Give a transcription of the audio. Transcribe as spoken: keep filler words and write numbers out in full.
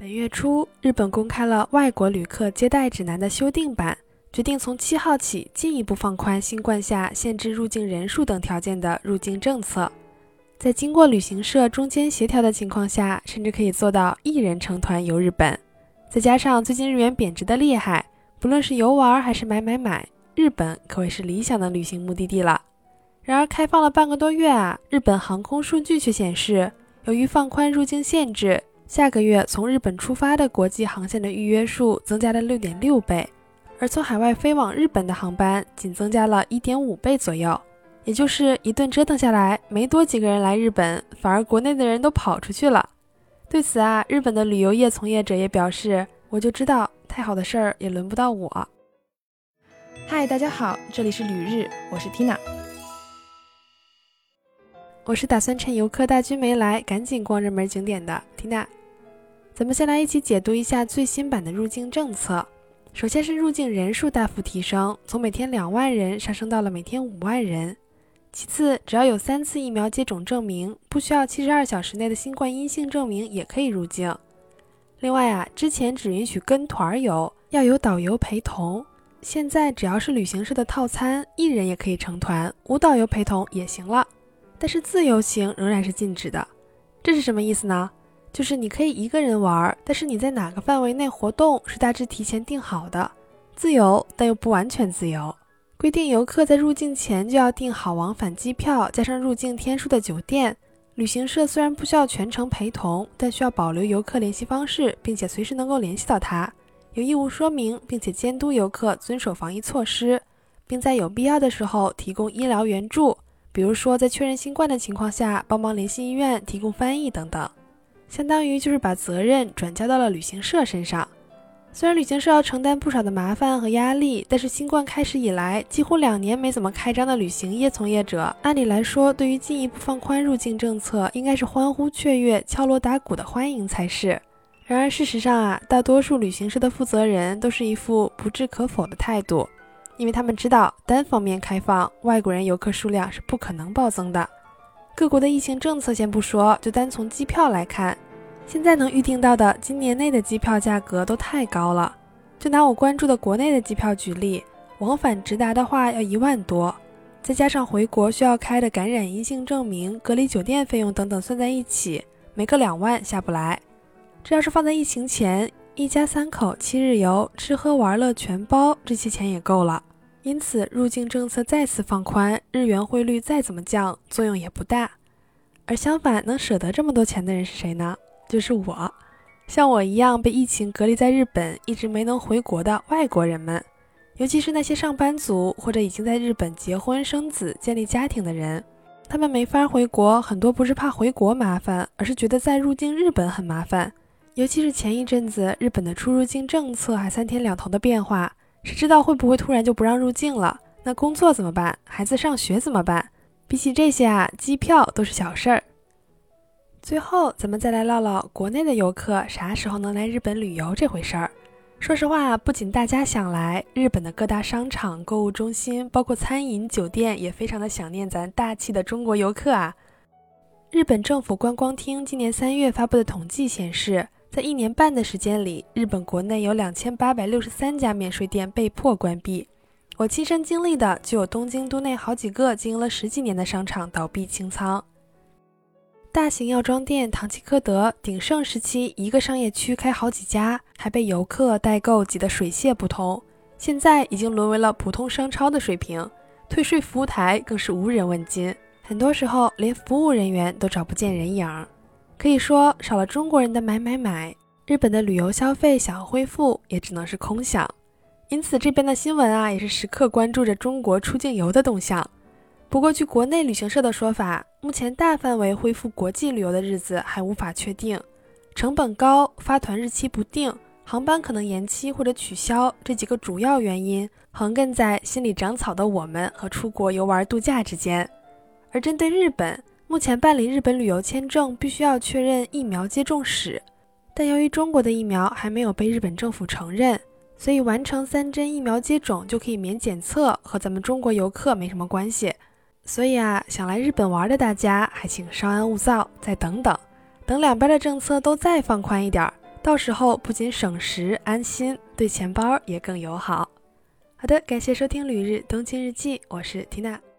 本月初，日本公开了外国旅客接待指南的修订版，决定从七号起进一步放宽新冠下限制入境人数等条件的入境政策。在经过旅行社中间协调的情况下，甚至可以做到一人成团游日本。再加上最近日元贬值的厉害，不论是游玩还是买买买，日本可谓是理想的旅行目的地了。然而开放了半个多月啊，日本航空数据却显示，由于放宽入境限制，下个月从日本出发的国际航线的预约数增加了 六点六倍，而从海外飞往日本的航班仅增加了 一点五倍左右。也就是一顿折腾下来，没多几个人来日本，反而国内的人都跑出去了。对此啊，日本的旅游业从业者也表示，我就知道太好的事儿也轮不到我。嗨，大家好，这里是旅日，我是 Tina。 我是打算趁游客大军没来赶紧逛热门景点的 Tina。 咱们先来一起解读一下最新版的入境政策。首先是入境人数大幅提升，从每天两万人上升到了每天五万人。其次，只要有三次疫苗接种证明，不需要七十二小时内的新冠阴性证明也可以入境。另外啊，之前只允许跟团游，要有导游陪同，现在只要是旅行社的套餐，一人也可以成团，无导游陪同也行了。但是自由行仍然是禁止的。这是什么意思呢？就是你可以一个人玩，但是你在哪个范围内活动是大致提前定好的，自由但又不完全自由。规定游客在入境前就要订好往返机票，加上入境天数的酒店。旅行社虽然不需要全程陪同，但需要保留游客联系方式，并且随时能够联系到他，有义务说明并且监督游客遵守防疫措施，并在有必要的时候提供医疗援助，比如说在确认新冠的情况下帮忙联系医院提供翻译等等。相当于就是把责任转交到了旅行社身上。虽然旅行社要承担不少的麻烦和压力，但是新冠开始以来几乎两年没怎么开张的旅行业从业者，按理来说对于进一步放宽入境政策应该是欢呼雀跃、敲锣打鼓的欢迎才是。然而事实上啊，大多数旅行社的负责人都是一副不置可否的态度，因为他们知道单方面开放，外国人游客数量是不可能暴增的。各国的疫情政策先不说，就单从机票来看，现在能预定到的今年内的机票价格都太高了。就拿我关注的国内的机票举例，往返直达的话要一万多，再加上回国需要开的感染阴性证明、隔离酒店费用等等算在一起，没个两万下不来。这要是放在疫情前，一家三口七日游，吃喝玩乐全包，这些钱也够了。因此入境政策再次放宽，日元汇率再怎么降，作用也不大。而相反，能舍得这么多钱的人是谁呢？就是我。像我一样被疫情隔离在日本，一直没能回国的外国人们，尤其是那些上班族或者已经在日本结婚生子建立家庭的人，他们没法回国，很多不是怕回国麻烦，而是觉得再入境日本很麻烦。尤其是前一阵子日本的出入境政策还三天两头的变化，谁知道会不会突然就不让入境了？那工作怎么办？孩子上学怎么办？比起这些啊，机票都是小事儿。最后咱们再来唠唠国内的游客啥时候能来日本旅游这回事儿。说实话，不仅大家想来，日本的各大商场、购物中心，包括餐饮、酒店也非常的想念咱大气的中国游客啊。日本政府观光厅今年三月发布的统计显示，在一年半的时间里，日本国内有两千八百六十三家免税店被迫关闭。我亲身经历的就有东京都内好几个经营了十几年的商场倒闭清仓。大型药妆店唐吉诃德鼎盛时期一个商业区开好几家，还被游客代购挤得水泄不通，现在已经沦为了普通商超的水平，退税服务台更是无人问津，很多时候连服务人员都找不见人影。可以说少了中国人的买买买，日本的旅游消费想要恢复也只能是空想。因此这边的新闻啊，也是时刻关注着中国出境游的动向。不过据国内旅行社的说法，目前大范围恢复国际旅游的日子还无法确定，成本高，发团日期不定，航班可能延期或者取消，这几个主要原因横亘在心里长草的我们和出国游玩度假之间。而针对日本，目前办理日本旅游签证必须要确认疫苗接种史，但由于中国的疫苗还没有被日本政府承认，所以完成三针疫苗接种就可以免检测，和咱们中国游客没什么关系。所以啊，想来日本玩的大家还请稍安勿躁，再等等，等两边的政策都再放宽一点， 到时候不仅省时安心，对钱包也更友好。好的，感谢收听旅日东京日记，我是缇娜。